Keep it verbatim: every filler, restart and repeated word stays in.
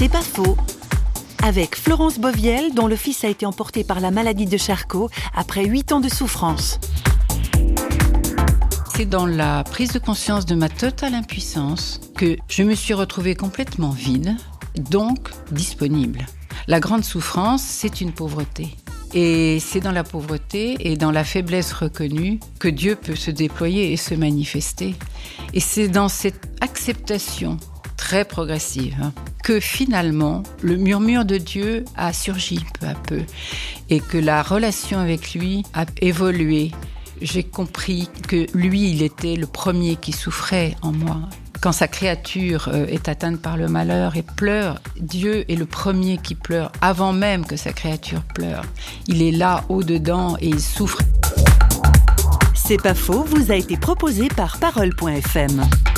C'est pas faux. Avec Florence Boviel, dont le fils a été emporté par la maladie de Charcot après huit ans de souffrance. C'est dans la prise de conscience de ma totale impuissance que je me suis retrouvée complètement vide, donc disponible. La grande souffrance, c'est une pauvreté. Et c'est dans la pauvreté et dans la faiblesse reconnue que Dieu peut se déployer et se manifester. Et c'est dans cette acceptation très progressive hein, que finalement le murmure de Dieu a surgi peu à peu et que la relation avec lui a évolué. J'ai compris que lui, il était le premier qui souffrait en moi. Quand sa créature est atteinte par le malheur et pleure, Dieu est le premier qui pleure avant même que sa créature pleure. Il est là, au-dedans, et il souffre. C'est pas faux, vous a été proposé par Parole point F M.